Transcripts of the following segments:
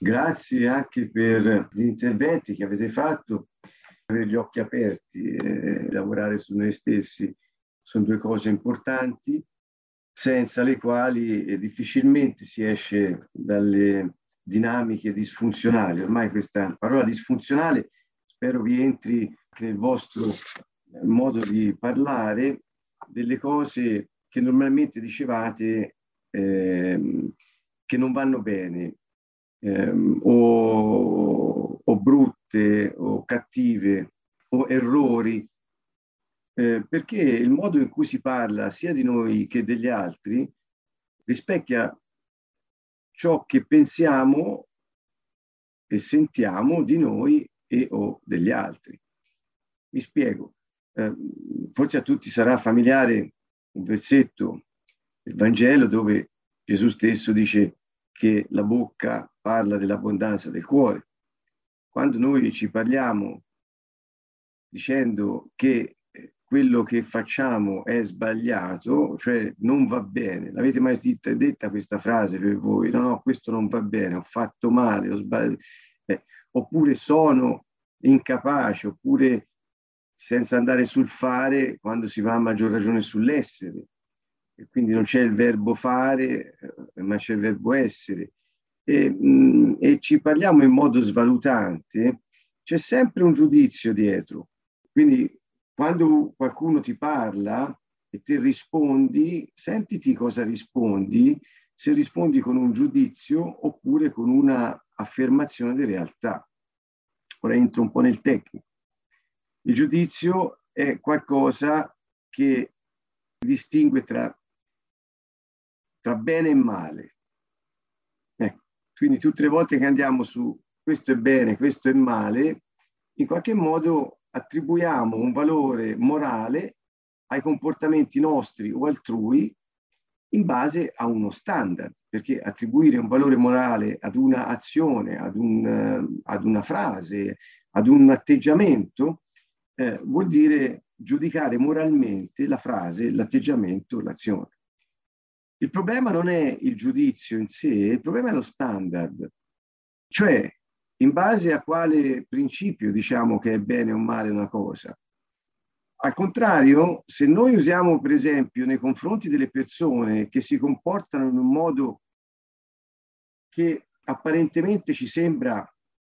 Grazie anche per gli interventi che avete fatto, avere gli occhi aperti e lavorare su noi stessi sono due cose importanti, senza le quali difficilmente si esce dalle dinamiche disfunzionali. Ormai questa parola disfunzionale spero vi entri anche nel vostro modo di parlare delle cose che normalmente dicevate che non vanno bene, o brutte o cattive o errori, perché il modo in cui si parla sia di noi che degli altri rispecchia ciò che pensiamo e sentiamo di noi e o degli altri. Mi spiego. Forse a tutti sarà familiare un versetto del Vangelo dove Gesù stesso dice che la bocca parla dell'abbondanza del cuore. Quando noi ci parliamo dicendo che quello che facciamo è sbagliato, cioè non va bene, l'avete mai detta questa frase per voi? No, no, questo non va bene, ho fatto male, ho sbagliato, oppure sono incapace, oppure senza andare sul fare quando si va a maggior ragione sull'essere. E quindi non c'è il verbo fare, ma c'è il verbo essere. E ci parliamo in modo svalutante, c'è sempre un giudizio dietro. Quindi quando qualcuno ti parla e te rispondi, sentiti cosa rispondi, se rispondi con un giudizio oppure con una affermazione di realtà. Ora entro un po' nel tecnico. Il giudizio è qualcosa che distingue tra bene e male. Quindi tutte le volte che andiamo su questo è bene, questo è male, in qualche modo attribuiamo un valore morale ai comportamenti nostri o altrui in base a uno standard, perché attribuire un valore morale ad una azione, ad una frase, ad un atteggiamento, vuol dire giudicare moralmente la frase, l'atteggiamento, l'azione. Il problema non è il giudizio in sé, il problema è lo standard, cioè in base a quale principio diciamo che è bene o male una cosa. Al contrario, se noi usiamo per esempio nei confronti delle persone che si comportano in un modo che apparentemente ci sembra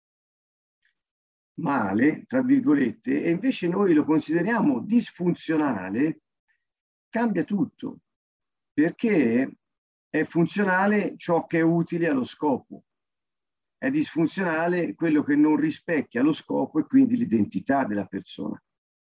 male, tra virgolette, e invece noi lo consideriamo disfunzionale, cambia tutto, perché è funzionale ciò che è utile allo scopo, è disfunzionale quello che non rispecchia lo scopo e quindi l'identità della persona.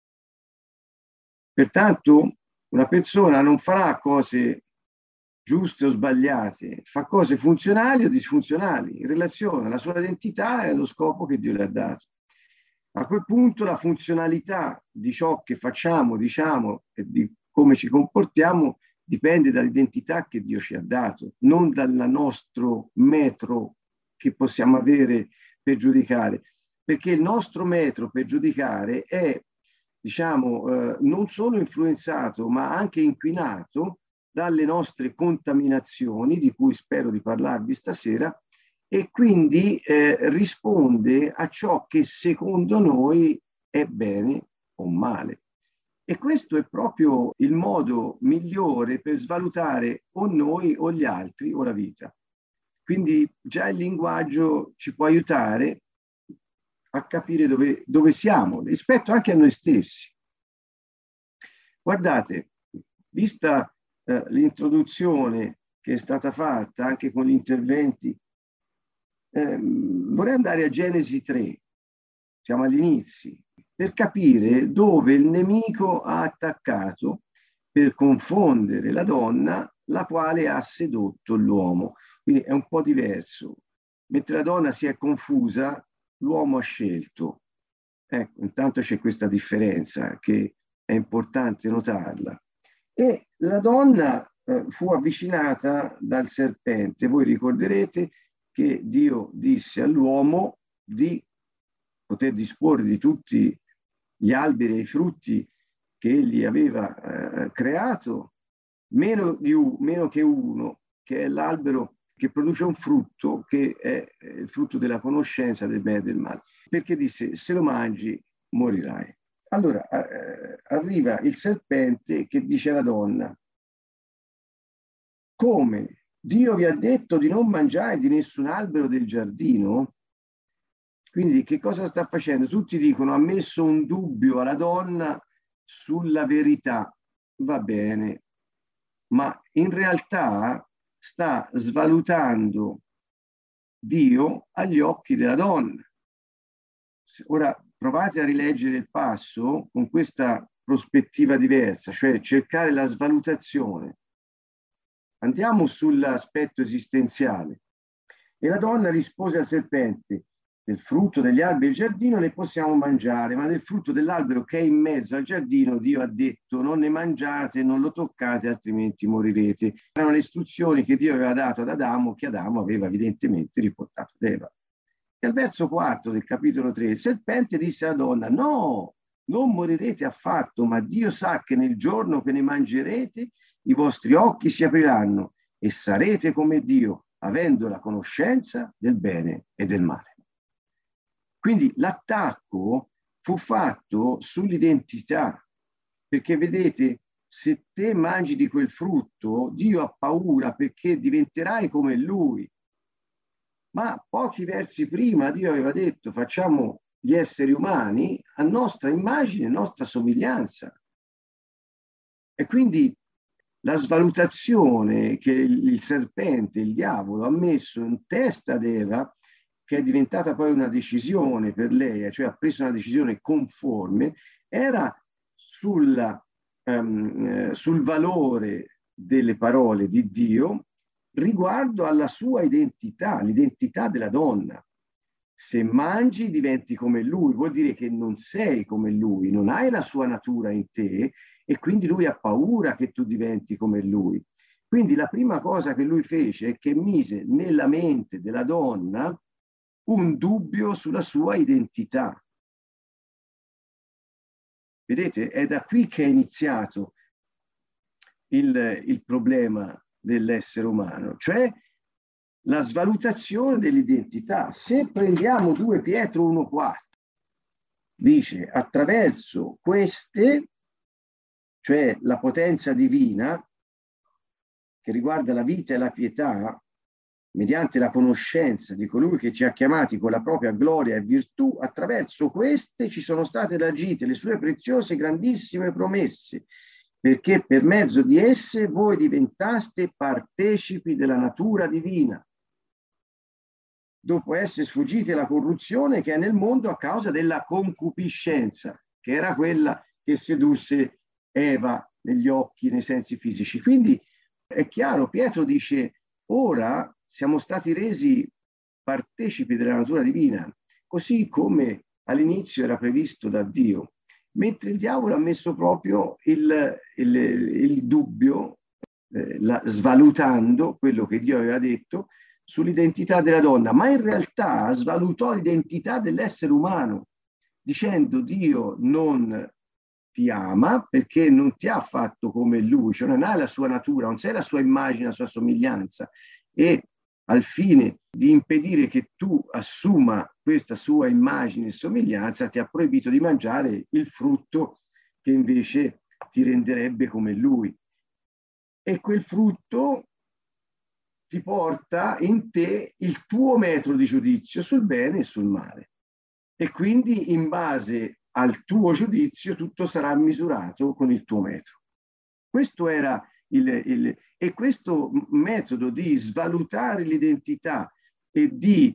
Pertanto una persona non farà cose giuste o sbagliate, fa cose funzionali o disfunzionali in relazione alla sua identità e allo scopo che Dio le ha dato. A quel punto la funzionalità di ciò che facciamo, diciamo e di come ci comportiamo dipende dall'identità che Dio ci ha dato, non dal nostro metro che possiamo avere per giudicare, perché il nostro metro per giudicare è, diciamo, non solo influenzato, ma anche inquinato dalle nostre contaminazioni, di cui spero di parlarvi stasera, e quindi risponde a ciò che secondo noi è bene o male. E questo è proprio il modo migliore per svalutare o noi o gli altri o la vita. Quindi già il linguaggio ci può aiutare a capire dove siamo rispetto anche a noi stessi. Guardate, vista l'introduzione che è stata fatta anche con gli interventi, vorrei andare a Genesi 3, siamo agli inizi, per capire dove il nemico ha attaccato per confondere la donna, la quale ha sedotto l'uomo. Quindi è un po' diverso. Mentre la donna si è confusa, l'uomo ha scelto. Ecco, intanto c'è questa differenza che è importante notarla. E la donna fu avvicinata dal serpente. Voi ricorderete che Dio disse all'uomo di poter disporre di tutti gli alberi e i frutti che egli aveva creato, meno che uno, che è l'albero che produce un frutto, che è il frutto della conoscenza del bene e del male, perché disse: se lo mangi morirai. Allora arriva il serpente che dice alla donna: come? Dio vi ha detto di non mangiare di nessun albero del giardino? Quindi che cosa sta facendo? Tutti dicono: ha messo un dubbio alla donna sulla verità. Va bene, ma in realtà sta svalutando Dio agli occhi della donna. Ora provate a rileggere il passo con questa prospettiva diversa, cioè cercare la svalutazione. Andiamo sull'aspetto esistenziale. E la donna rispose al serpente: del frutto degli alberi del giardino ne possiamo mangiare, ma del frutto dell'albero che è in mezzo al giardino Dio ha detto: non ne mangiate, non lo toccate, altrimenti morirete. Erano le istruzioni che Dio aveva dato ad Adamo, che Adamo aveva evidentemente riportato ad Eva. E al verso 4 del capitolo 3, il serpente disse alla donna: no, non morirete affatto, ma Dio sa che nel giorno che ne mangerete i vostri occhi si apriranno e sarete come Dio, avendo la conoscenza del bene e del male. Quindi l'attacco fu fatto sull'identità, perché vedete, se te mangi di quel frutto, Dio ha paura perché diventerai come Lui. Ma pochi versi prima Dio aveva detto: facciamo gli esseri umani a nostra immagine e nostra somiglianza. E quindi la svalutazione che il serpente, il diavolo, ha messo in testa ad Eva, che è diventata poi una decisione per lei, cioè ha preso una decisione conforme, era sul valore delle parole di Dio riguardo alla sua identità, l'identità della donna. Se mangi diventi come lui, vuol dire che non sei come lui, non hai la sua natura in te e quindi lui ha paura che tu diventi come lui. Quindi la prima cosa che lui fece è che mise nella mente della donna un dubbio sulla sua identità. Vedete, è da qui che è iniziato il problema dell'essere umano, cioè la svalutazione dell'identità. Se prendiamo 2 Pietro 1,4, dice: attraverso queste, cioè la potenza divina che riguarda la vita e la pietà, mediante la conoscenza di colui che ci ha chiamati con la propria gloria e virtù, attraverso queste ci sono state ragite le sue preziose e grandissime promesse, perché per mezzo di esse voi diventaste partecipi della natura divina, dopo essere sfuggiti alla corruzione che è nel mondo a causa della concupiscenza, che era quella che sedusse Eva negli occhi, nei sensi fisici. Quindi è chiaro, Pietro dice: ora siamo stati resi partecipi della natura divina, così come all'inizio era previsto da Dio, mentre il diavolo ha messo proprio il dubbio, svalutando quello che Dio aveva detto sull'identità della donna, ma in realtà svalutò l'identità dell'essere umano, dicendo: Dio non ti ama perché non ti ha fatto come lui, cioè non hai la sua natura, non sei la sua immagine, la sua somiglianza, e al fine di impedire che tu assuma questa sua immagine e somiglianza ti ha proibito di mangiare il frutto che invece ti renderebbe come lui. E quel frutto ti porta in te il tuo metro di giudizio sul bene e sul male. E quindi in base al tuo giudizio tutto sarà misurato con il tuo metro. Questo era e questo metodo di svalutare l'identità e di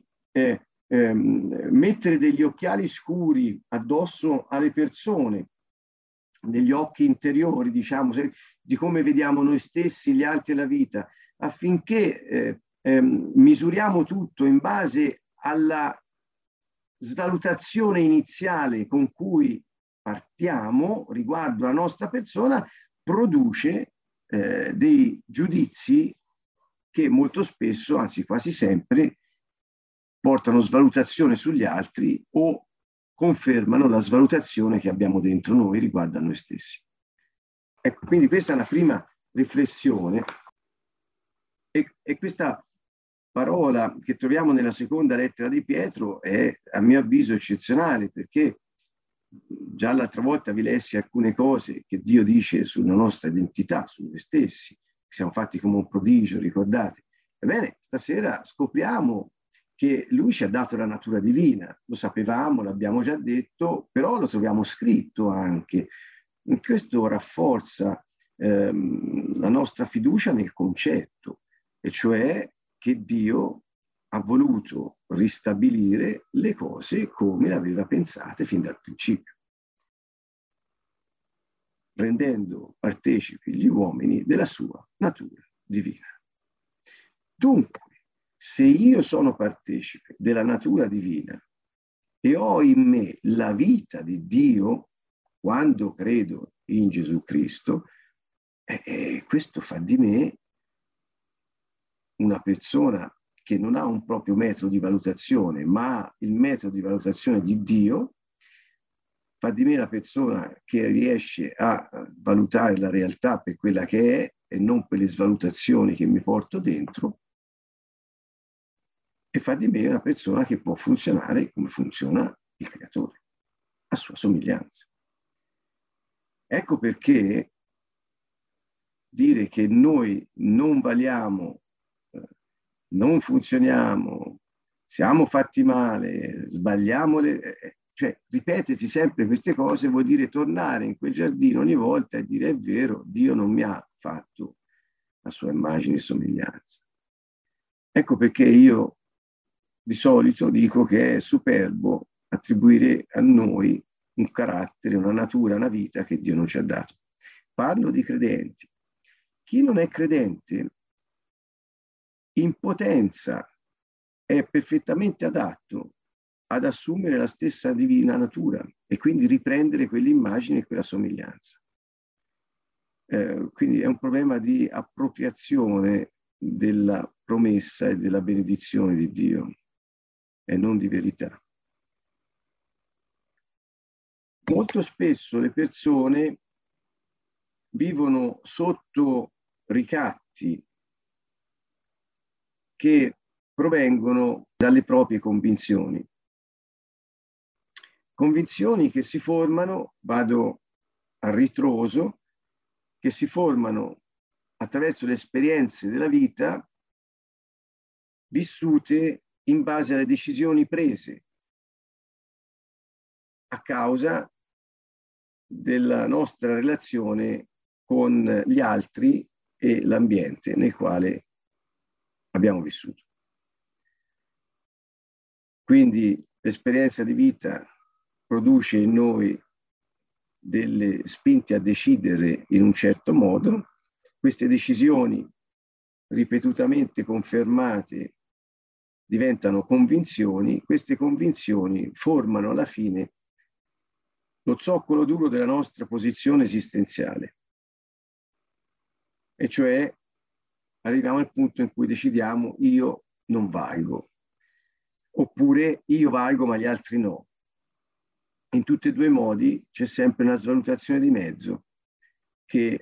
mettere degli occhiali scuri addosso alle persone, degli occhi interiori, diciamo, di come vediamo noi stessi, gli altri e la vita, affinché misuriamo tutto in base alla svalutazione iniziale con cui partiamo riguardo alla nostra persona, produce dei giudizi che molto spesso, anzi quasi sempre, portano svalutazione sugli altri o confermano la svalutazione che abbiamo dentro noi riguardo a noi stessi. Ecco, quindi questa è una prima riflessione e questa parola che troviamo nella seconda lettera di Pietro è, a mio avviso, eccezionale, perché già l'altra volta vi lessi alcune cose che Dio dice sulla nostra identità, su noi stessi, che siamo fatti come un prodigio, ricordate? Ebbene, stasera scopriamo che Lui ci ha dato la natura divina, lo sapevamo, l'abbiamo già detto, però lo troviamo scritto anche. Questo rafforza la nostra fiducia nel concetto, e cioè che Dio ha voluto ristabilire le cose come le aveva pensate fin dal principio, rendendo partecipi gli uomini della sua natura divina. Dunque, se io sono partecipe della natura divina e ho in me la vita di Dio quando credo in Gesù Cristo, questo fa di me una persona che non ha un proprio metodo di valutazione, ma il metodo di valutazione di Dio, fa di me la persona che riesce a valutare la realtà per quella che è e non per le svalutazioni che mi porto dentro, e fa di me una persona che può funzionare come funziona il Creatore, a sua somiglianza. Ecco perché dire che noi non valiamo, non funzioniamo, siamo fatti male, sbagliamo, cioè ripetersi sempre queste cose vuol dire tornare in quel giardino ogni volta e dire: è vero, Dio non mi ha fatto a sua immagine e somiglianza. Ecco perché io di solito dico che è superbo attribuire a noi un carattere, una natura, una vita che Dio non ci ha dato. Parlo di credenti. Chi non è credente, in potenza, è perfettamente adatto ad assumere la stessa divina natura e quindi riprendere quell'immagine e quella somiglianza. Quindi è un problema di appropriazione della promessa e della benedizione di Dio e non di verità. Molto spesso le persone vivono sotto ricatti che provengono dalle proprie convinzioni. Convinzioni che si formano, vado a ritroso, che si formano attraverso le esperienze della vita vissute in base alle decisioni prese a causa della nostra relazione con gli altri e l'ambiente nel quale abbiamo vissuto. Quindi l'esperienza di vita produce in noi delle spinte a decidere in un certo modo. Queste decisioni, ripetutamente confermate, diventano convinzioni. Queste convinzioni formano alla fine lo zoccolo duro della nostra posizione esistenziale. E cioè arriviamo al punto in cui decidiamo: io non valgo, oppure io valgo ma gli altri no. In tutti e due i modi c'è sempre una svalutazione di mezzo che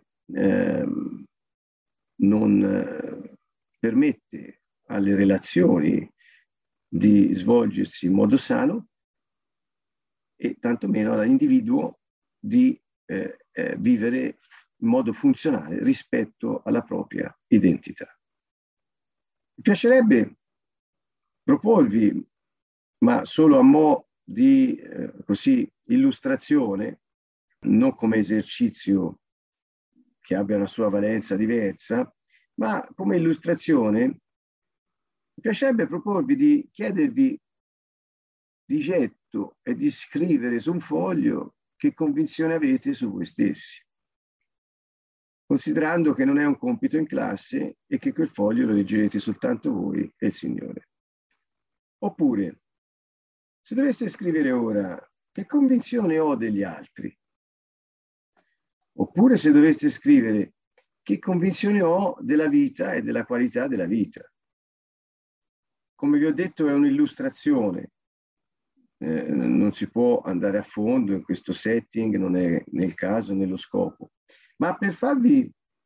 non permette alle relazioni di svolgersi in modo sano e tantomeno all'individuo di vivere in modo funzionale rispetto alla propria identità. Mi piacerebbe proporvi, ma solo a mo' di così illustrazione, non come esercizio che abbia una sua valenza diversa, ma come illustrazione, mi piacerebbe proporvi di chiedervi di getto e di scrivere su un foglio che convinzione avete su voi stessi, considerando che non è un compito in classe e che quel foglio lo leggerete soltanto voi e il Signore. Oppure, se doveste scrivere ora, che convinzione ho degli altri? Oppure se doveste scrivere, che convinzione ho della vita e della qualità della vita? Come vi ho detto, è un'illustrazione. Non si può andare a fondo in questo setting, non è nel caso, nello scopo. Ma per farvi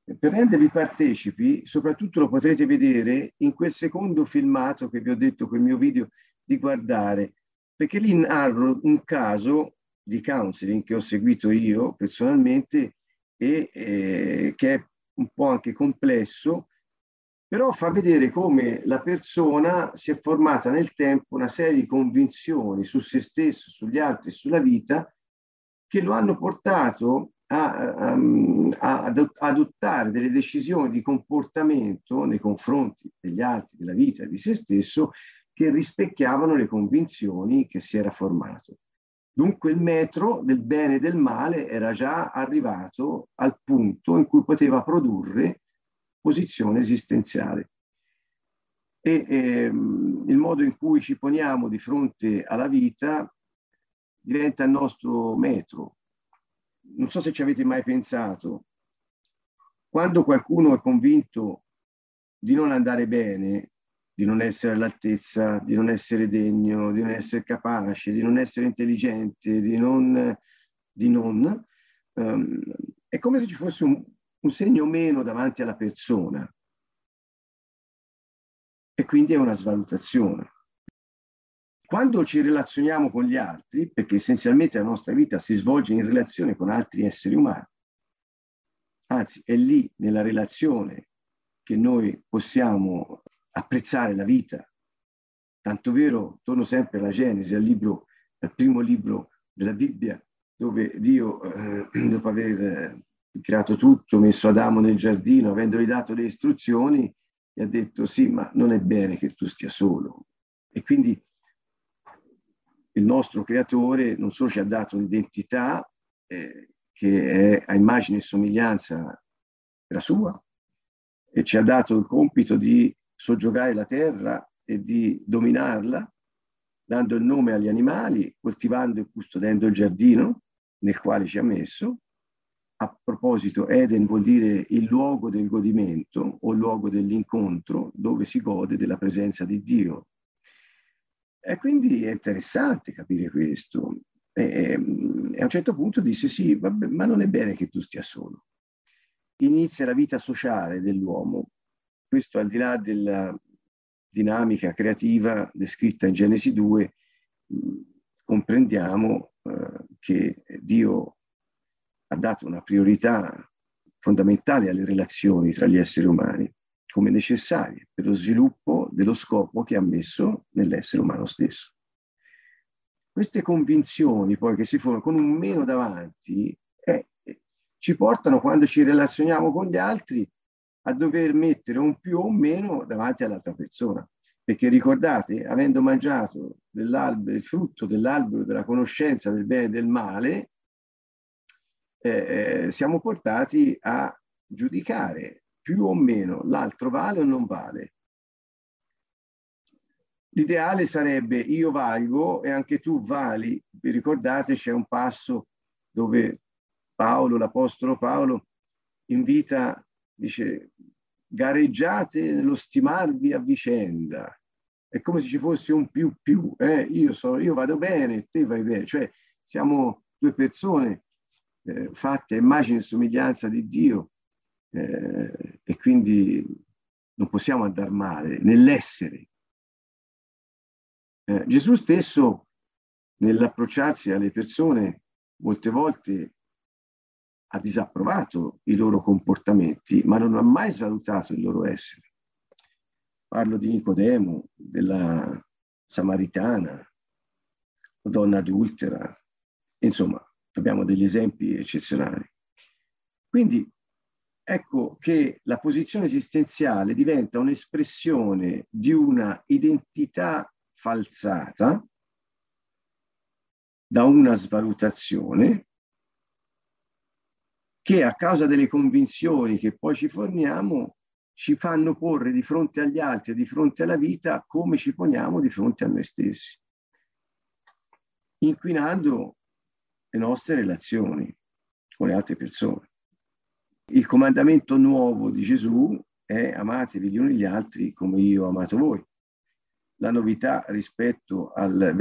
Per rendervi partecipi, soprattutto lo potrete vedere in quel secondo filmato che vi ho detto, quel mio video, di guardare, perché lì narro un caso di counseling che ho seguito io personalmente e che è un po' anche complesso, però fa vedere come la persona si è formata nel tempo una serie di convinzioni su se stesso, sugli altri e sulla vita che lo hanno portato ad adottare delle decisioni di comportamento nei confronti degli altri, della vita e di se stesso che rispecchiavano le convinzioni che si era formato. Dunque il metro del bene e del male era già arrivato al punto in cui poteva produrre posizione esistenziale. Il modo in cui ci poniamo di fronte alla vita diventa il nostro metro. Non so se ci avete mai pensato, quando qualcuno è convinto di non andare bene, di non essere all'altezza, di non essere degno, di non essere capace, di non essere intelligente, è come se ci fosse un segno meno davanti alla persona. E quindi è una svalutazione. Quando ci relazioniamo con gli altri, perché essenzialmente la nostra vita si svolge in relazione con altri esseri umani, anzi è lì nella relazione che noi possiamo apprezzare la vita. Tanto vero, torno sempre alla Genesi, al primo libro della Bibbia, dove Dio, dopo aver creato tutto, messo Adamo nel giardino, avendogli dato le istruzioni, gli ha detto sì, ma non è bene che tu stia solo. E quindi il nostro creatore non solo ci ha dato un'identità che è a immagine e somiglianza della sua, e ci ha dato il compito di soggiogare la terra e di dominarla, dando il nome agli animali, coltivando e custodendo il giardino nel quale ci ha messo. A proposito, Eden vuol dire il luogo del godimento o il luogo dell'incontro dove si gode della presenza di Dio. E quindi è interessante capire questo. E a un certo punto disse sì, vabbè, ma non è bene che tu stia solo. Inizia la vita sociale dell'uomo. Questo al di là della dinamica creativa descritta in Genesi 2, comprendiamo che Dio ha dato una priorità fondamentale alle relazioni tra gli esseri umani come necessarie per lo sviluppo dello scopo che ha messo nell'essere umano stesso. Queste convinzioni poi che si formano con un meno davanti ci portano, quando ci relazioniamo con gli altri, a dover mettere un più o un meno davanti all'altra persona. Perché ricordate, avendo mangiato il frutto dell'albero della conoscenza del bene e del male, siamo portati a giudicare più o meno l'altro vale o non vale. L'ideale sarebbe io valgo e anche tu vali. Vi ricordate, c'è un passo dove Paolo, l'apostolo Paolo, invita, dice, gareggiate nello stimarvi a vicenda. È come se ci fosse un più. Io vado bene, te vai bene. Cioè siamo due persone fatte a immagine e somiglianza di Dio e quindi non possiamo andare male nell'essere. Gesù stesso, nell'approcciarsi alle persone, molte volte ha disapprovato i loro comportamenti, ma non ha mai svalutato il loro essere. Parlo di Nicodemo, della Samaritana, donna adultera, insomma, abbiamo degli esempi eccezionali. Quindi ecco che la posizione esistenziale diventa un'espressione di una identità falsata da una svalutazione che a causa delle convinzioni che poi ci forniamo ci fanno porre di fronte agli altri e di fronte alla vita come ci poniamo di fronte a noi stessi, inquinando le nostre relazioni con le altre persone. Il comandamento nuovo di Gesù è amatevi gli uni gli altri come io ho amato voi. La novità rispetto al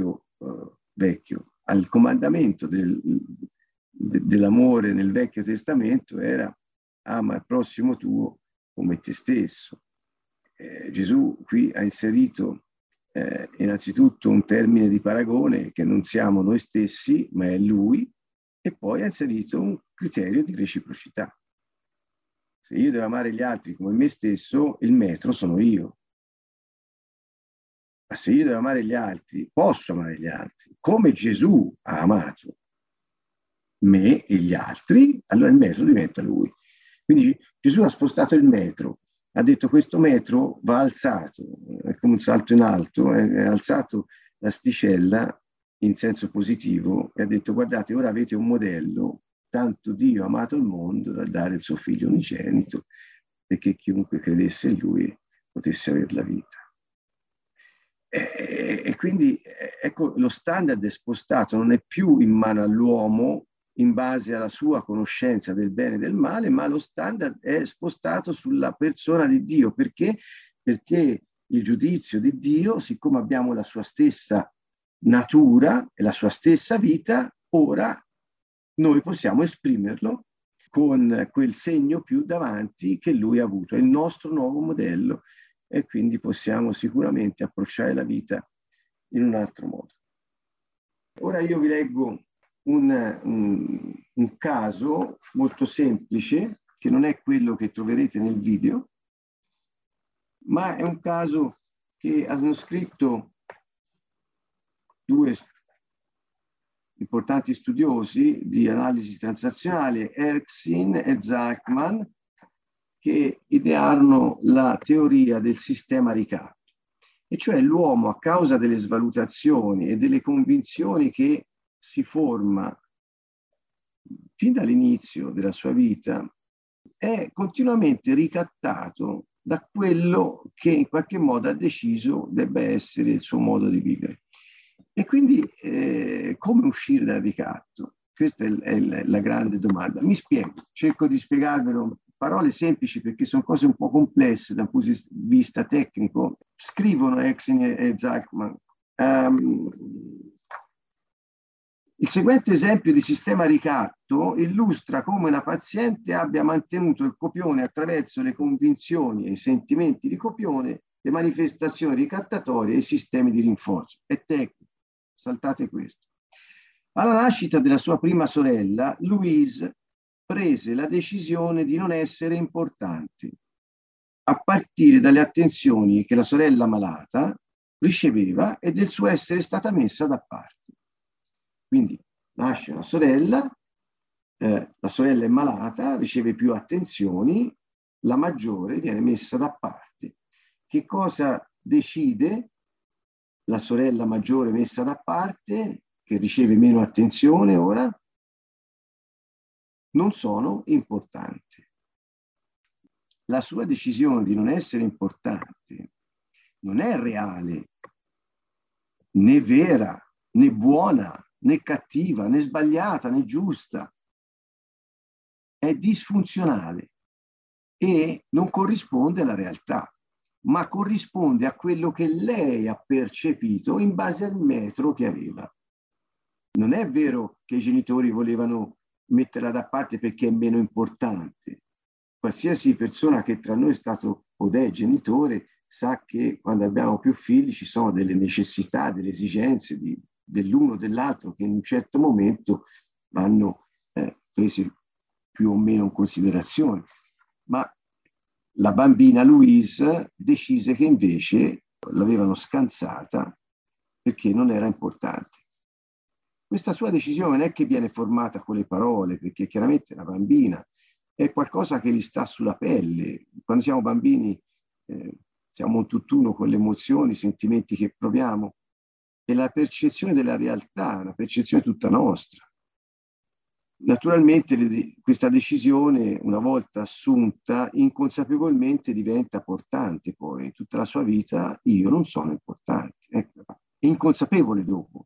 al comandamento dell'amore nel Vecchio Testamento era ama il prossimo tuo come te stesso. Gesù qui ha inserito innanzitutto un termine di paragone che non siamo noi stessi, ma è Lui, e poi ha inserito un criterio di reciprocità. Se io devo amare gli altri come me stesso, il metro sono io. Ma se io devo amare gli altri, posso amare gli altri, come Gesù ha amato me e gli altri, allora il metro diventa Lui. Quindi Gesù ha spostato il metro, ha detto questo metro va alzato, è come un salto in alto, è alzato l'asticella in senso positivo e ha detto guardate, ora avete un modello, tanto Dio ha amato il mondo da dare il suo figlio unigenito perché chiunque credesse in lui potesse avere la vita. E quindi ecco, lo standard è spostato, non è più in mano all'uomo in base alla sua conoscenza del bene e del male, ma lo standard è spostato sulla persona di Dio. Perché? Perché il giudizio di Dio, siccome abbiamo la sua stessa natura e la sua stessa vita, ora noi possiamo esprimerlo con quel segno più davanti che lui ha avuto. È il nostro nuovo modello e quindi possiamo sicuramente approcciare la vita in un altro modo. Ora io vi leggo un caso molto semplice, che non è quello che troverete nel video, ma è un caso che hanno scritto due importanti studiosi di analisi transazionale, Erskine e Zalcman, che idearono la teoria del sistema ricatto. E cioè l'uomo, a causa delle svalutazioni e delle convinzioni che si forma fin dall'inizio della sua vita, è continuamente ricattato da quello che in qualche modo ha deciso debba essere il suo modo di vivere. E quindi come uscire dal ricatto? Questa è la grande domanda. Mi spiego, cerco di spiegarvelo parole semplici perché sono cose un po' complesse da un punto di vista tecnico. Scrivono Erskine e Zalcman. Il seguente esempio di sistema ricatto illustra come una paziente abbia mantenuto il copione attraverso le convinzioni e i sentimenti di copione, le manifestazioni ricattatorie e i sistemi di rinforzo. È tecnico, saltate questo. Alla nascita della sua prima sorella, Louise prese la decisione di non essere importante, a partire dalle attenzioni che la sorella malata riceveva e del suo essere stata messa da parte. Quindi nasce una sorella, la sorella è malata, riceve più attenzioni, la maggiore viene messa da parte. Che cosa decide la sorella maggiore messa da parte, che riceve meno attenzione ora? Non sono importante. La sua decisione di non essere importante non è reale, né vera, né buona, né cattiva, né sbagliata, né giusta. È disfunzionale e non corrisponde alla realtà, ma corrisponde a quello che lei ha percepito in base al metro che aveva. Non è vero che i genitori volevano metterla da parte perché è meno importante. Qualsiasi persona che tra noi è stato o è genitore sa che quando abbiamo più figli ci sono delle necessità, delle esigenze dell'uno o dell'altro che in un certo momento vanno presi più o meno in considerazione. Ma la bambina Louise decise che invece l'avevano scansata perché non era importante. Questa sua decisione non è che viene formata con le parole, perché chiaramente la bambina è qualcosa che gli sta sulla pelle. Quando siamo bambini siamo un tutt'uno con le emozioni, i sentimenti che proviamo e la percezione della realtà, una percezione tutta nostra. Naturalmente questa decisione, una volta assunta, inconsapevolmente diventa portante poi. Tutta la sua vita io non sono importante. Ecco, è inconsapevole dopo.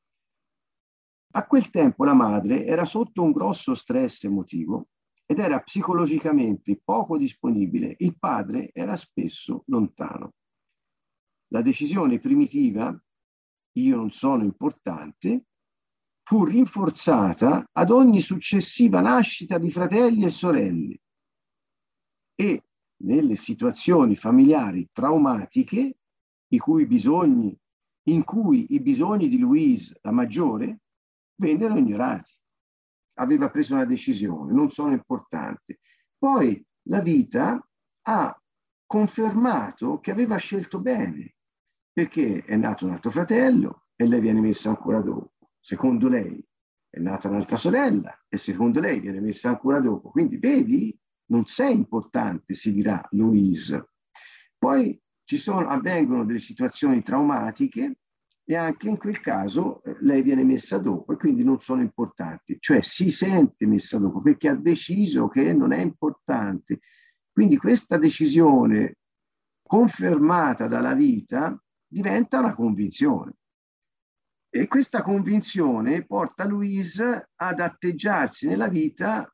A quel tempo la madre era sotto un grosso stress emotivo ed era psicologicamente poco disponibile. Il padre era spesso lontano. La decisione primitiva, io non sono importante, fu rinforzata ad ogni successiva nascita di fratelli e sorelle, e nelle situazioni familiari traumatiche in cui i bisogni di Louise, la maggiore, vennero ignorati. Aveva preso una decisione, non sono importanti. Poi la vita ha confermato che aveva scelto bene, perché è nato un altro fratello e lei viene messa ancora dopo. Secondo lei è nata un'altra sorella e secondo lei viene messa ancora dopo. Quindi vedi, non sei importante, si dirà Louise. Poi avvengono delle situazioni traumatiche e anche in quel caso lei viene messa dopo e quindi non sono importanti. Cioè si sente messa dopo perché ha deciso che non è importante. Quindi questa decisione confermata dalla vita diventa una convinzione. E questa convinzione porta Louise ad atteggiarsi nella vita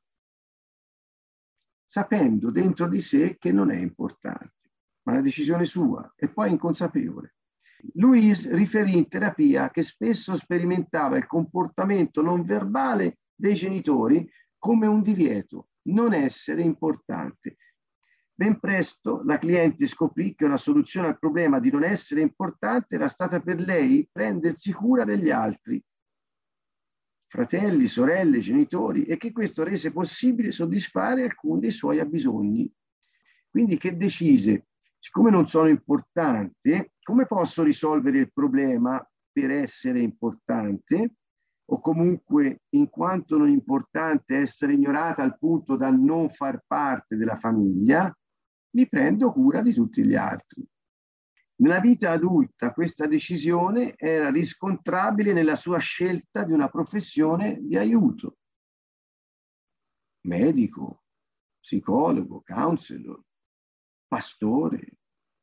sapendo dentro di sé che non è importante, ma è una decisione sua e poi inconsapevole. Louise riferì in terapia che spesso sperimentava il comportamento non verbale dei genitori come un divieto, non essere importante. Ben presto la cliente scoprì che una soluzione al problema di non essere importante era stata per lei prendersi cura degli altri, fratelli, sorelle, genitori, e che questo rese possibile soddisfare alcuni dei suoi bisogni. Quindi che decise, siccome non sono importante, come posso risolvere il problema per essere importante? O comunque, in quanto non importante, essere ignorata al punto da non far parte della famiglia, mi prendo cura di tutti gli altri. Nella vita adulta questa decisione era riscontrabile nella sua scelta di una professione di aiuto. Medico, psicologo, counselor, pastore,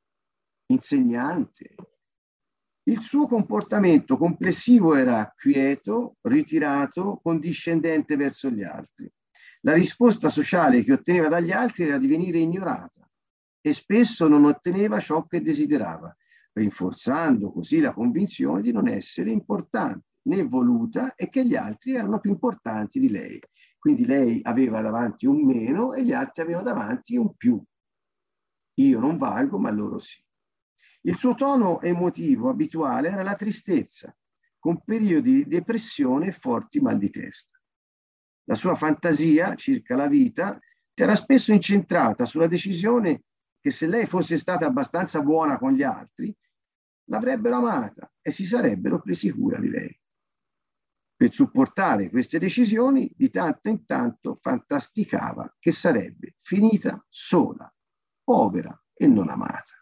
insegnante. Il suo comportamento complessivo era quieto, ritirato, condiscendente verso gli altri. La risposta sociale che otteneva dagli altri era di venire ignorata e spesso non otteneva ciò che desiderava, rinforzando così la convinzione di non essere importante né voluta e che gli altri erano più importanti di lei. Quindi lei aveva davanti un meno e gli altri avevano davanti un più. Io non valgo, ma loro sì. Il suo tono emotivo abituale era la tristezza, con periodi di depressione e forti mal di testa. La sua fantasia circa la vita era spesso incentrata sulla decisione che se lei fosse stata abbastanza buona con gli altri, l'avrebbero amata e si sarebbero presi cura di lei. Per supportare queste decisioni, di tanto in tanto fantasticava che sarebbe finita sola, povera e non amata.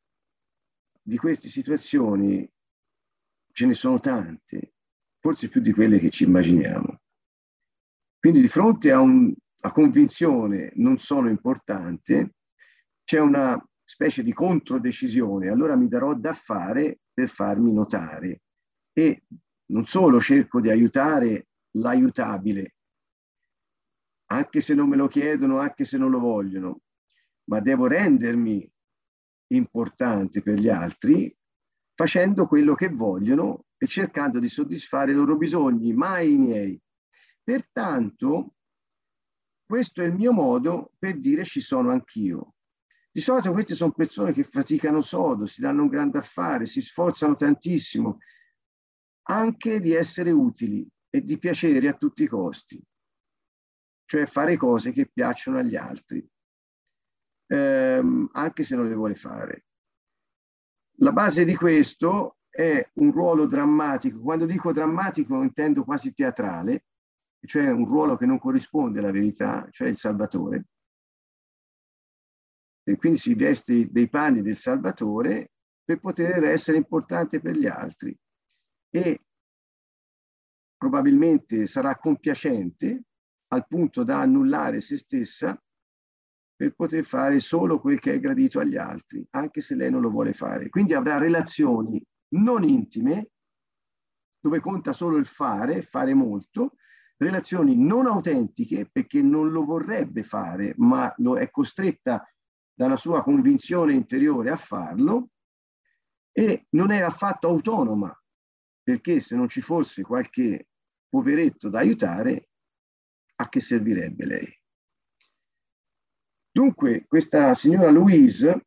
Di queste situazioni ce ne sono tante, forse più di quelle che ci immaginiamo. Quindi di fronte a una convinzione non sono importante, c'è una specie di controdecisione, allora mi darò da fare per farmi notare e non solo cerco di aiutare l'aiutabile, anche se non me lo chiedono, anche se non lo vogliono, ma devo rendermi importante per gli altri facendo quello che vogliono e cercando di soddisfare i loro bisogni, mai i miei. Pertanto, questo è il mio modo per dire ci sono anch'io. Di solito queste sono persone che faticano sodo, si danno un grande affare, si sforzano tantissimo, anche di essere utili e di piacere a tutti i costi, cioè fare cose che piacciono agli altri, anche se non le vuole fare. La base di questo è un ruolo drammatico. Quando dico drammatico intendo quasi teatrale, cioè un ruolo che non corrisponde alla verità, cioè il Salvatore. E quindi si veste dei panni del Salvatore per poter essere importante per gli altri e probabilmente sarà compiacente al punto da annullare se stessa per poter fare solo quel che è gradito agli altri, anche se lei non lo vuole fare. Quindi avrà relazioni non intime, dove conta solo il fare molto, relazioni non autentiche perché non lo vorrebbe fare, ma lo è costretta dalla sua convinzione interiore a farlo, e non è affatto autonoma, perché se non ci fosse qualche poveretto da aiutare, a che servirebbe lei? Dunque, questa signora Louise,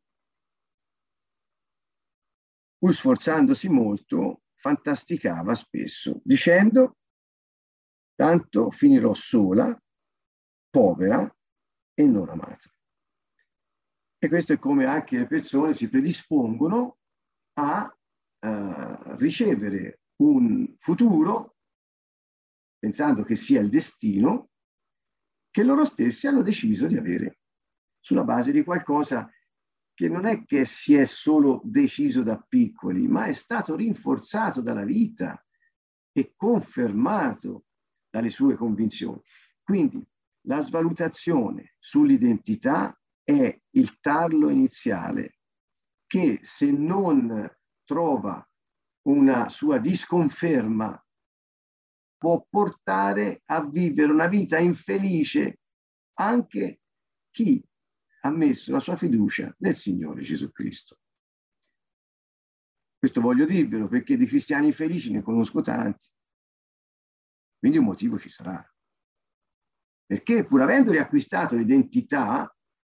pur sforzandosi molto, fantasticava spesso, dicendo: tanto finirò sola, povera e non amata. E questo è come anche le persone si predispongono a ricevere un futuro, pensando che sia il destino, che loro stessi hanno deciso di avere, sulla base di qualcosa che non è che si è solo deciso da piccoli, ma è stato rinforzato dalla vita e confermato dalle sue convinzioni. Quindi la svalutazione sull'identità è il tarlo iniziale che, se non trova una sua disconferma, può portare a vivere una vita infelice anche chi ha messo la sua fiducia nel Signore Gesù Cristo. Questo voglio dirvelo perché di cristiani infelici ne conosco tanti. Quindi un motivo ci sarà. Perché pur avendo riacquistato l'identità,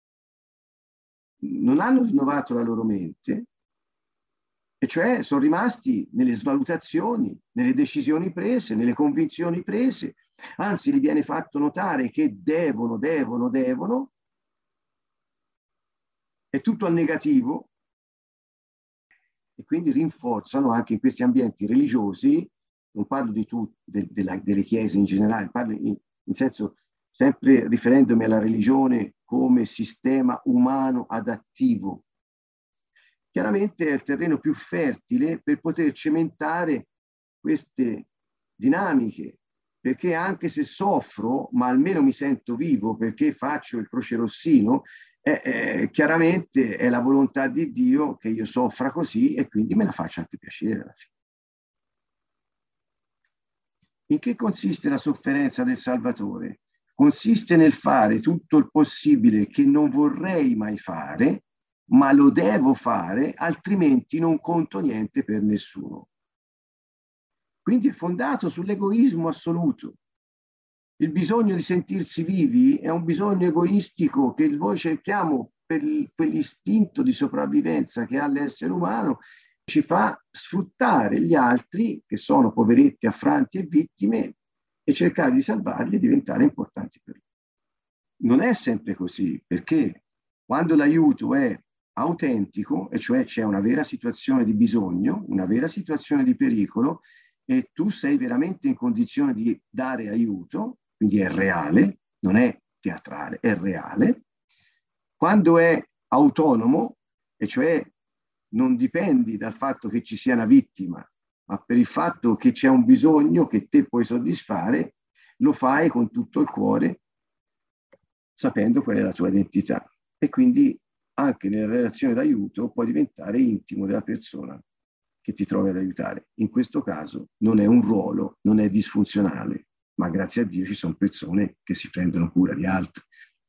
non hanno rinnovato la loro mente, e cioè sono rimasti nelle svalutazioni, nelle decisioni prese, nelle convinzioni prese, anzi gli viene fatto notare che devono, è tutto al negativo, e quindi rinforzano anche in questi ambienti religiosi, non parlo di delle chiese in generale, parlo in senso sempre riferendomi alla religione come sistema umano adattivo. Chiaramente è il terreno più fertile per poter cementare queste dinamiche, perché anche se soffro, ma almeno mi sento vivo perché faccio il crocerossino, chiaramente è la volontà di Dio che io soffra così e quindi me la faccio anche piacere alla fine. In che consiste la sofferenza del Salvatore? Consiste nel fare tutto il possibile che non vorrei mai fare, ma lo devo fare, altrimenti non conto niente per nessuno. Quindi è fondato sull'egoismo assoluto. Il bisogno di sentirsi vivi è un bisogno egoistico che noi cerchiamo per quell'istinto di sopravvivenza che ha l'essere umano, ci fa sfruttare gli altri, che sono poveretti, affranti e vittime, e cercare di salvarli e diventare importanti per loro. Non è sempre così, perché quando l'aiuto è autentico, e cioè c'è una vera situazione di bisogno, una vera situazione di pericolo, e tu sei veramente in condizione di dare aiuto, quindi è reale, non è teatrale, è reale. Quando è autonomo, e cioè non dipendi dal fatto che ci sia una vittima, ma per il fatto che c'è un bisogno che te puoi soddisfare, lo fai con tutto il cuore, sapendo qual è la tua identità. E quindi anche nella relazione d'aiuto puoi diventare intimo della persona che ti trovi ad aiutare. In questo caso non è un ruolo, non è disfunzionale, ma grazie a Dio ci sono persone che si prendono cura di altri.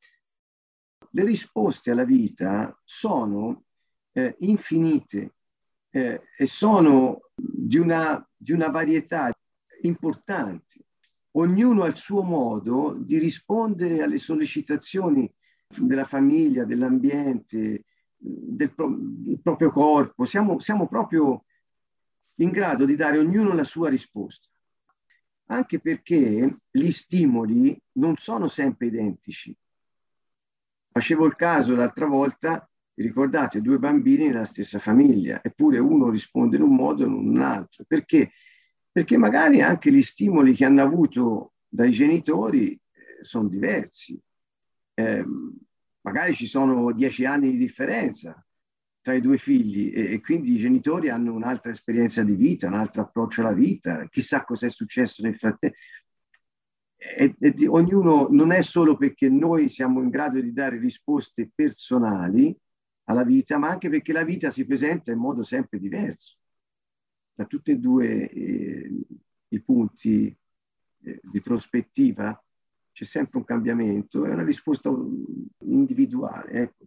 Le risposte alla vita sono infinite e sono di una varietà importante. Ognuno ha il suo modo di rispondere alle sollecitazioni della famiglia, dell'ambiente, del proprio corpo. Siamo proprio in grado di dare ognuno la sua risposta, anche perché gli stimoli non sono sempre identici. Facevo il caso l'altra volta, ricordate, 2 bambini nella stessa famiglia, eppure uno risponde in un modo e non in un altro. Perché? Perché magari anche gli stimoli che hanno avuto dai genitori sono diversi. Magari ci sono 10 anni di differenza tra i 2 figli e quindi i genitori hanno un'altra esperienza di vita, un altro approccio alla vita, chissà cosa è successo nel frattempo. Ognuno, non è solo perché noi siamo in grado di dare risposte personali alla vita, ma anche perché la vita si presenta in modo sempre diverso. Da tutti e 2 i punti di prospettiva c'è sempre un cambiamento, è una risposta individuale. Ecco.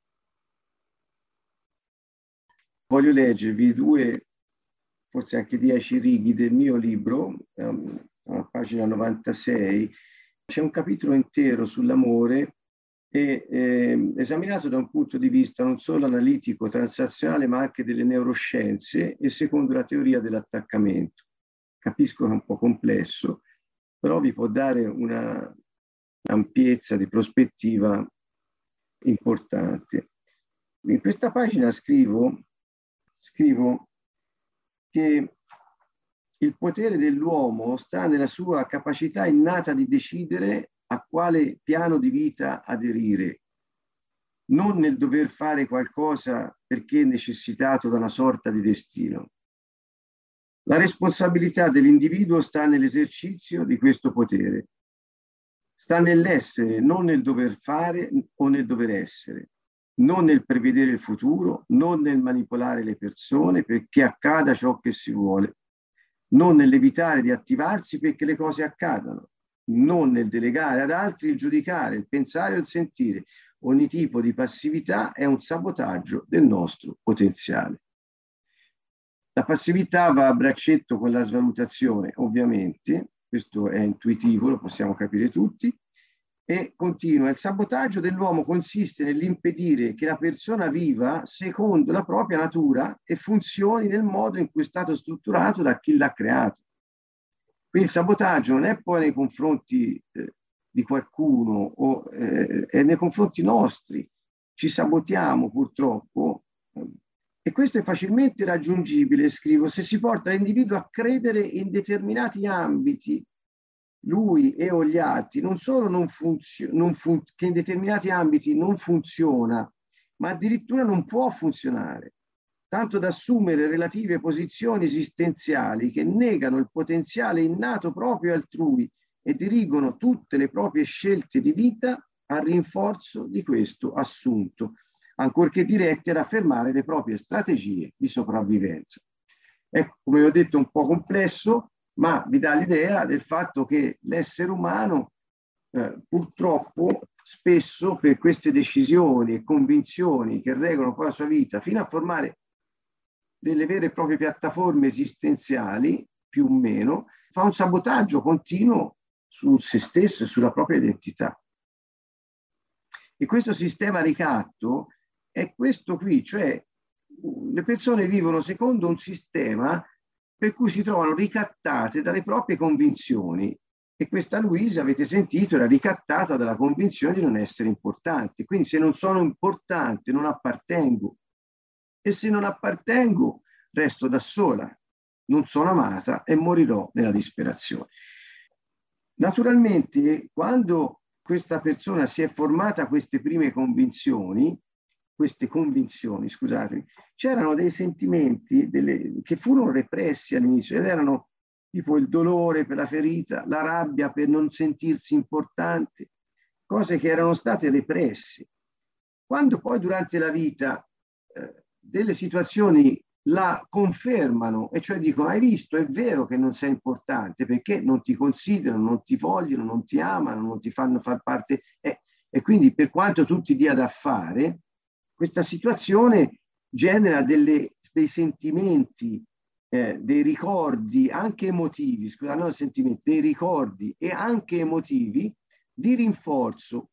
Voglio leggervi 2, forse anche 10 righe del mio libro, a pagina 96. C'è un capitolo intero sull'amore esaminato da un punto di vista non solo analitico, transazionale, ma anche delle neuroscienze e secondo la teoria dell'attaccamento. Capisco che è un po' complesso, però vi può dare una ampiezza di prospettiva importante. In questa pagina scrivo che il potere dell'uomo sta nella sua capacità innata di decidere a quale piano di vita aderire, non nel dover fare qualcosa perché è necessitato da una sorta di destino. La responsabilità dell'individuo sta nell'esercizio di questo potere, sta nell'essere, non nel dover fare o nel dover essere, non nel prevedere il futuro, non nel manipolare le persone perché accada ciò che si vuole, non nell'evitare di attivarsi perché le cose accadano, non nel delegare ad altri il giudicare, il pensare o il sentire. Ogni tipo di passività è un sabotaggio del nostro potenziale. La passività va a braccetto con la svalutazione, ovviamente, questo è intuitivo, lo possiamo capire tutti, e continua. Il sabotaggio dell'uomo consiste nell'impedire che la persona viva secondo la propria natura e funzioni nel modo in cui è stato strutturato da chi l'ha creato. Quindi il sabotaggio non è poi nei confronti di qualcuno o è nei confronti nostri. Ci sabotiamo purtroppo e questo è facilmente raggiungibile, scrivo, se si porta l'individuo a credere in determinati ambiti, lui e o gli altri, non solo che in determinati ambiti non funziona, ma addirittura non può funzionare, tanto da assumere relative posizioni esistenziali che negano il potenziale innato proprio altrui e dirigono tutte le proprie scelte di vita al rinforzo di questo assunto, ancorché dirette ad affermare le proprie strategie di sopravvivenza. Ecco, come vi ho detto, un po' complesso, ma vi dà l'idea del fatto che l'essere umano purtroppo spesso per queste decisioni e convinzioni che regolano poi la sua vita fino a formare delle vere e proprie piattaforme esistenziali, più o meno, fa un sabotaggio continuo su se stesso e sulla propria identità. E questo sistema ricatto è questo qui, cioè le persone vivono secondo un sistema per cui si trovano ricattate dalle proprie convinzioni. E questa Luisa, avete sentito, era ricattata dalla convinzione di non essere importante. Quindi se non sono importante non appartengo. E se non appartengo resto da sola, non sono amata e morirò nella disperazione. Naturalmente, quando questa persona si è formata queste convinzioni, scusate, c'erano dei sentimenti che furono repressi all'inizio ed erano tipo il dolore per la ferita, la rabbia per non sentirsi importante, cose che erano state represse. Quando poi durante la vita delle situazioni la confermano, e cioè dicono: hai visto, è vero che non sei importante perché non ti considerano, non ti vogliono, non ti amano, non ti fanno far parte, e quindi per quanto tu ti dia da fare, questa situazione genera dei sentimenti, dei ricordi anche emotivi, scusate, non sentimenti, dei ricordi e anche emotivi di rinforzo,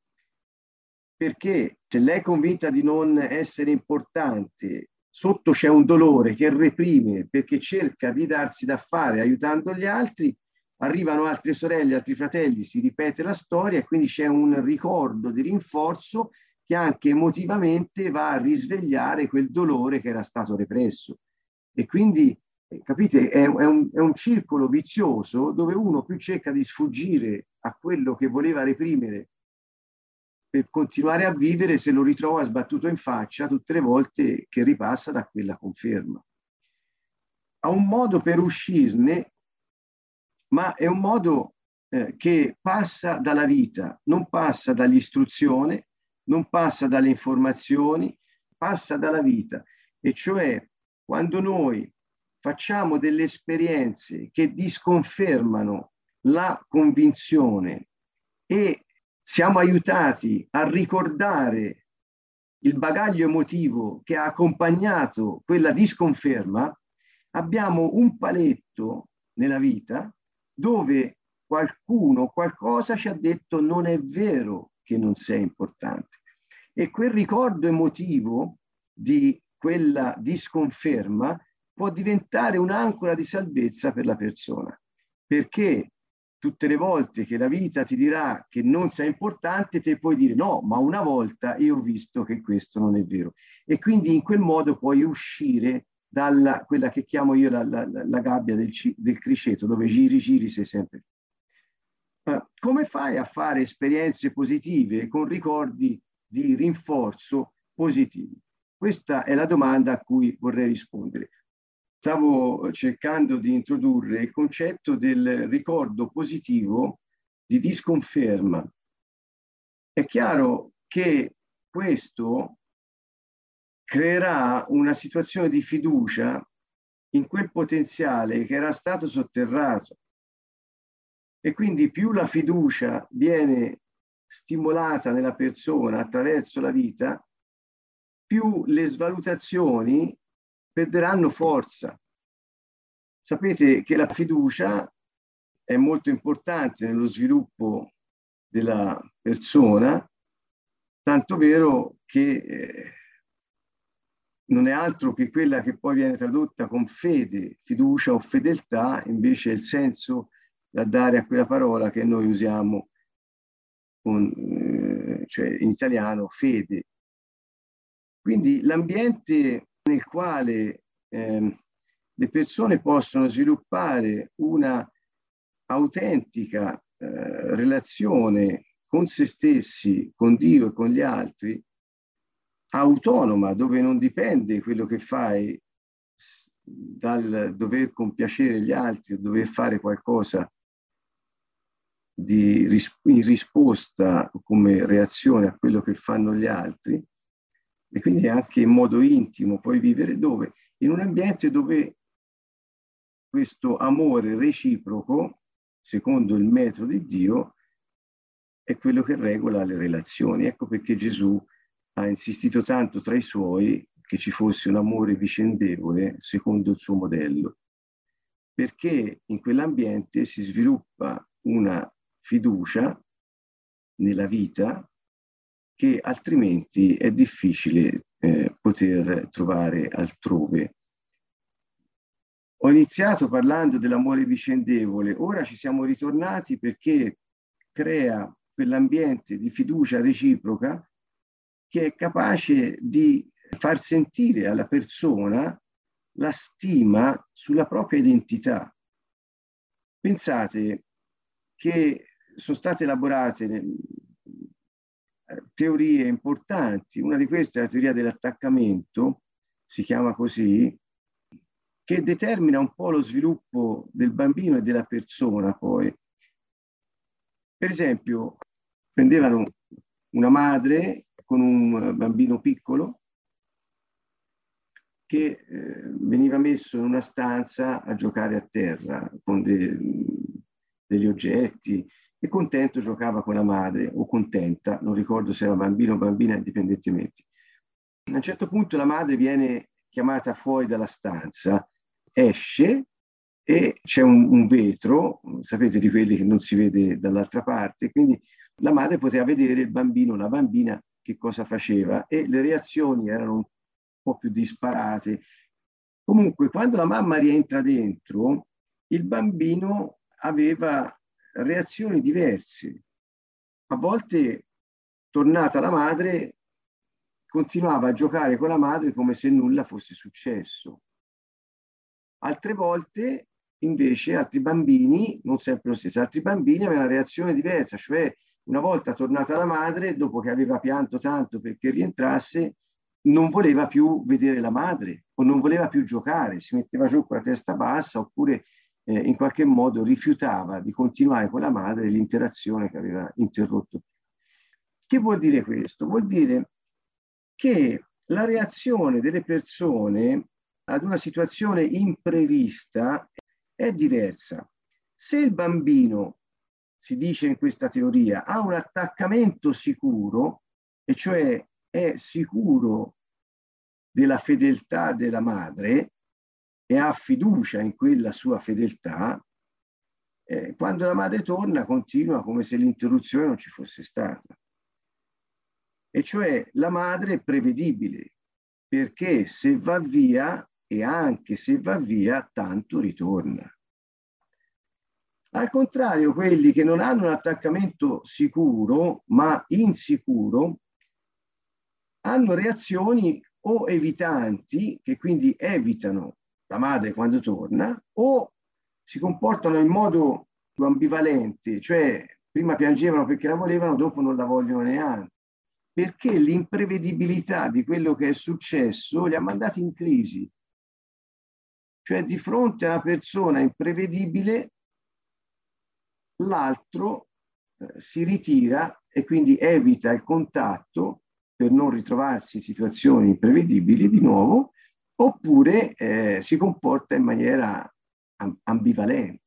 perché se lei è convinta di non essere importante, sotto c'è un dolore che reprime perché cerca di darsi da fare aiutando gli altri, arrivano altre sorelle, altri fratelli, si ripete la storia e quindi c'è un ricordo di rinforzo che anche emotivamente va a risvegliare quel dolore che era stato represso. E quindi, capite, è un circolo vizioso dove uno più cerca di sfuggire a quello che voleva reprimere per continuare a vivere, se lo ritrova sbattuto in faccia tutte le volte che ripassa da quella conferma. Ha un modo per uscirne, ma è un modo che passa dalla vita, non passa dall'istruzione, non passa dalle informazioni, passa dalla vita. E cioè, quando noi facciamo delle esperienze che disconfermano la convinzione e siamo aiutati a ricordare il bagaglio emotivo che ha accompagnato quella disconferma, abbiamo un paletto nella vita dove qualcuno, qualcosa ci ha detto: non è vero che non sei importante. E quel ricordo emotivo di quella disconferma può diventare un'ancora di salvezza per la persona, perché tutte le volte che la vita ti dirà che non sei importante, te puoi dire no, ma una volta io ho visto che questo non è vero. E quindi in quel modo puoi uscire dalla quella che chiamo io la gabbia del criceto, dove giri, giri, sei sempre. Come fai a fare esperienze positive con ricordi di rinforzo positivi? Questa è la domanda a cui vorrei rispondere. Stavo cercando di introdurre il concetto del ricordo positivo di disconferma. È chiaro che questo creerà una situazione di fiducia in quel potenziale che era stato sotterrato. E quindi più la fiducia viene stimolata nella persona attraverso la vita, più le svalutazioni perderanno forza. Sapete che la fiducia è molto importante nello sviluppo della persona, tanto vero che non è altro che quella che poi viene tradotta con fede, fiducia o fedeltà, invece è il senso da dare a quella parola che noi usiamo cioè in italiano fede. Quindi l'ambiente nel quale le persone possono sviluppare una autentica relazione con se stessi, con Dio e con gli altri, autonoma, dove non dipende quello che fai dal dover compiacere gli altri o dover fare qualcosa in risposta come reazione a quello che fanno gli altri, e quindi anche in modo intimo puoi vivere dove? In un ambiente dove questo amore reciproco, secondo il metro di Dio, è quello che regola le relazioni. Ecco perché Gesù ha insistito tanto tra i suoi che ci fosse un amore vicendevole secondo il suo modello, perché in quell'ambiente si sviluppa una fiducia nella vita che altrimenti è difficile poter trovare altrove. Ho iniziato parlando dell'amore vicendevole, ora ci siamo ritornati perché crea quell'ambiente di fiducia reciproca che è capace di far sentire alla persona la stima sulla propria identità. Pensate che sono state elaborate teorie importanti, una di queste è la teoria dell'attaccamento, si chiama così, che determina un po' lo sviluppo del bambino e della persona poi. Per esempio, prendevano una madre con un bambino piccolo che veniva messo in una stanza a giocare a terra con degli oggetti e contento giocava con la madre o contenta, non ricordo se era bambino o bambina indipendentemente. A un certo punto la madre viene chiamata fuori dalla stanza, esce e c'è un vetro, sapete, di quelli che non si vede dall'altra parte, quindi la madre poteva vedere il bambino, la bambina che cosa faceva e le reazioni erano un po' più disparate. Comunque, quando la mamma rientra dentro, il bambino aveva reazioni diverse. A volte, tornata la madre, continuava a giocare con la madre come se nulla fosse successo. Altre volte, invece, altri bambini, non sempre lo stesso, altri bambini avevano una reazione diversa, cioè una volta tornata la madre, dopo che aveva pianto tanto perché rientrasse, non voleva più vedere la madre o non voleva più giocare, si metteva giù con la testa bassa oppure in qualche modo rifiutava di continuare con la madre l'interazione che aveva interrotto. Che vuol dire questo? Vuol dire che la reazione delle persone ad una situazione imprevista è diversa. Se il bambino, si dice in questa teoria, ha un attaccamento sicuro, e cioè è sicuro della fedeltà della madre e ha fiducia in quella sua fedeltà, quando la madre torna continua come se l'interruzione non ci fosse stata. e cioè la madre è prevedibile, perché se va via, e anche se va via, tanto ritorna. Al contrario, quelli che non hanno un attaccamento sicuro, ma insicuro, hanno reazioni o evitanti, che quindi evitano la madre quando torna, o si comportano in modo più ambivalente, cioè prima piangevano perché la volevano, dopo non la vogliono neanche, perché l'imprevedibilità di quello che è successo li ha mandati in crisi. Cioè di fronte a una persona imprevedibile, l'altro si ritira e quindi evita il contatto per non ritrovarsi in situazioni imprevedibili di nuovo, oppure si comporta in maniera ambivalente.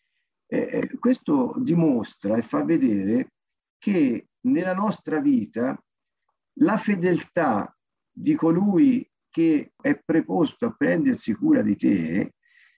Questo dimostra e fa vedere che nella nostra vita la fedeltà di colui che è preposto a prendersi cura di te,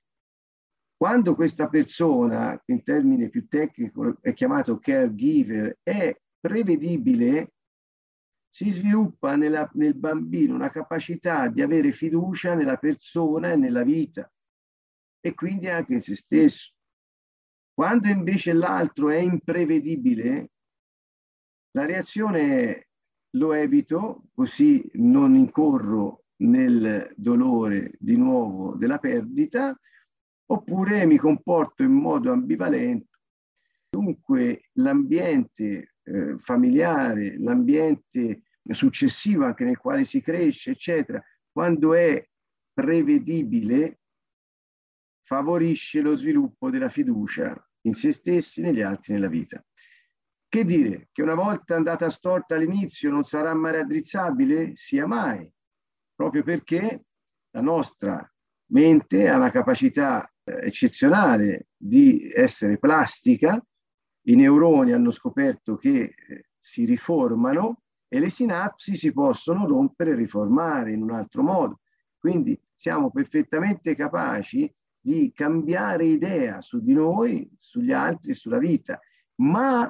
quando questa persona, in termine più tecnico è chiamato caregiver, è prevedibile, si sviluppa nel bambino una capacità di avere fiducia nella persona e nella vita, e quindi anche in se stesso. Quando invece l'altro è imprevedibile, la reazione è: lo evito, così non incorro nel dolore di nuovo della perdita, oppure mi comporto in modo ambivalente. Dunque l'ambiente familiare, l'ambiente successivo anche nel quale si cresce, eccetera, quando è prevedibile, favorisce lo sviluppo della fiducia in se stessi, negli altri, nella vita. Che dire? Che una volta andata storta all'inizio non sarà mai raddrizzabile? Sia mai, proprio perché la nostra mente ha una capacità eccezionale di essere plastica. I neuroni hanno scoperto che si riformano e le sinapsi si possono rompere e riformare in un altro modo. Quindi siamo perfettamente capaci di cambiare idea su di noi, sugli altri, sulla vita, ma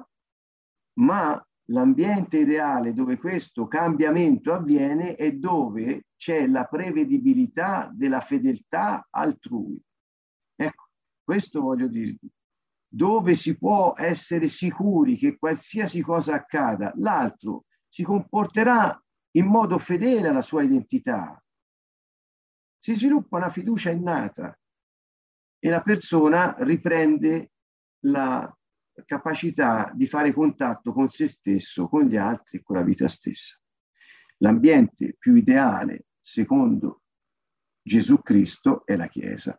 l'ambiente ideale dove questo cambiamento avviene è dove c'è la prevedibilità della fedeltà altrui. Ecco, questo voglio dirvi. Dove si può essere sicuri che qualsiasi cosa accada, l'altro si comporterà in modo fedele alla sua identità. Si sviluppa una fiducia innata e la persona riprende la capacità di fare contatto con se stesso, con gli altri e con la vita stessa. L'ambiente più ideale, secondo Gesù Cristo, è la Chiesa,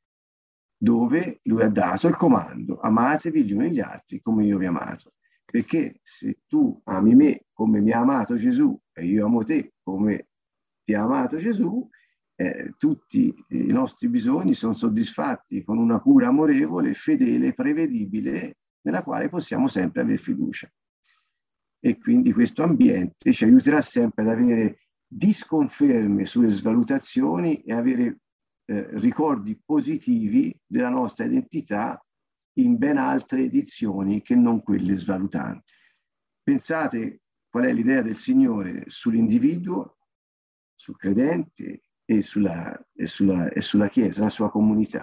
dove lui ha dato il comando: amatevi gli uni gli altri come io vi ho amato. Perché se tu ami me come mi ha amato Gesù e io amo te come ti ha amato Gesù, tutti i nostri bisogni sono soddisfatti con una cura amorevole, fedele, prevedibile, nella quale possiamo sempre avere fiducia. E quindi questo ambiente ci aiuterà sempre ad avere disconferme sulle svalutazioni e avere ricordi positivi della nostra identità in ben altre edizioni che non quelle svalutanti. Pensate qual è l'idea del Signore sull'individuo, sul credente e sulla Chiesa, la sua comunità.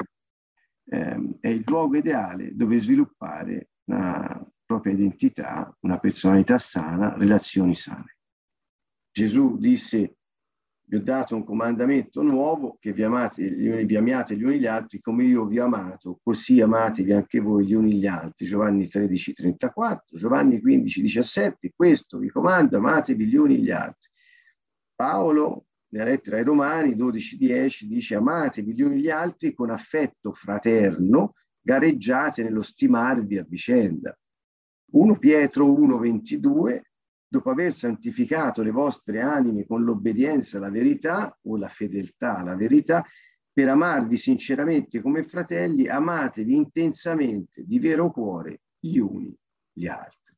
È il luogo ideale dove sviluppare una propria identità, una personalità sana, relazioni sane. Gesù disse: vi ho dato un comandamento nuovo, che vi amiate gli uni gli altri come io vi ho amato, così amatevi anche voi gli uni gli altri. Giovanni 13,34, Giovanni 15,17, questo vi comando, amatevi gli uni gli altri. Paolo, nella lettera ai Romani 12,10, dice: amatevi gli uni gli altri con affetto fraterno, gareggiate nello stimarvi a vicenda. 1 Pietro 1,22, dopo aver santificato le vostre anime con l'obbedienza alla verità o la fedeltà alla verità, per amarvi sinceramente come fratelli, amatevi intensamente, di vero cuore, gli uni gli altri.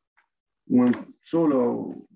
Un solo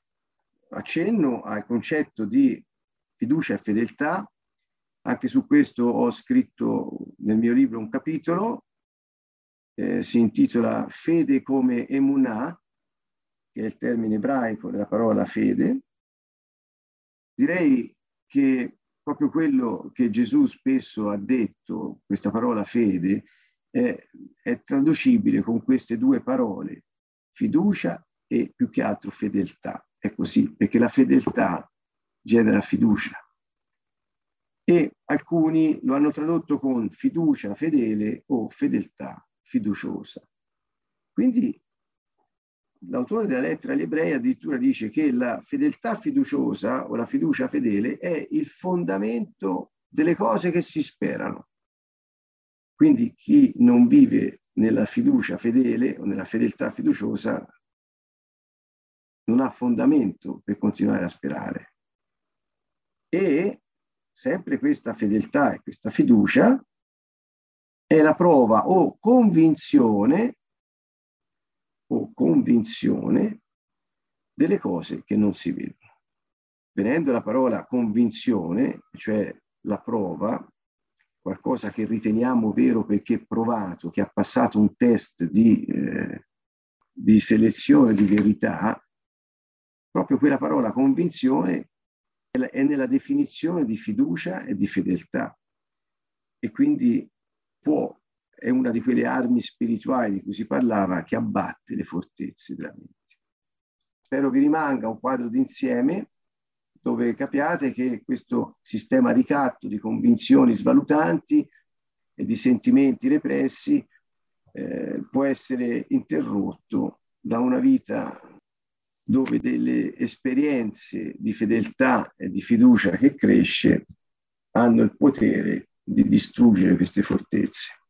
accenno al concetto di fiducia e fedeltà. Anche su questo ho scritto nel mio libro un capitolo, si intitola Fede come Emunà, che è il termine ebraico della parola fede, direi che proprio quello che Gesù spesso ha detto, questa parola fede, è traducibile con queste due parole, fiducia e più che altro fedeltà. È così, perché la fedeltà genera fiducia. E alcuni lo hanno tradotto con fiducia fedele o fedeltà fiduciosa. Quindi l'autore della lettera agli ebrei addirittura dice che la fedeltà fiduciosa o la fiducia fedele è il fondamento delle cose che si sperano. Quindi chi non vive nella fiducia fedele o nella fedeltà fiduciosa non ha fondamento per continuare a sperare. E sempre questa fedeltà e questa fiducia è la prova o convinzione delle cose che non si vedono. Venendo la parola convinzione, cioè la prova, qualcosa che riteniamo vero perché è provato, che ha passato un test di selezione di verità, proprio quella parola convinzione è nella definizione di fiducia e di fedeltà. E quindi è una di quelle armi spirituali di cui si parlava che abbatte le fortezze della mente. Spero vi rimanga un quadro d'insieme dove capiate che questo sistema ricatto di convinzioni svalutanti e di sentimenti repressi può essere interrotto da una vita dove delle esperienze di fedeltà e di fiducia che cresce hanno il potere di distruggere queste fortezze.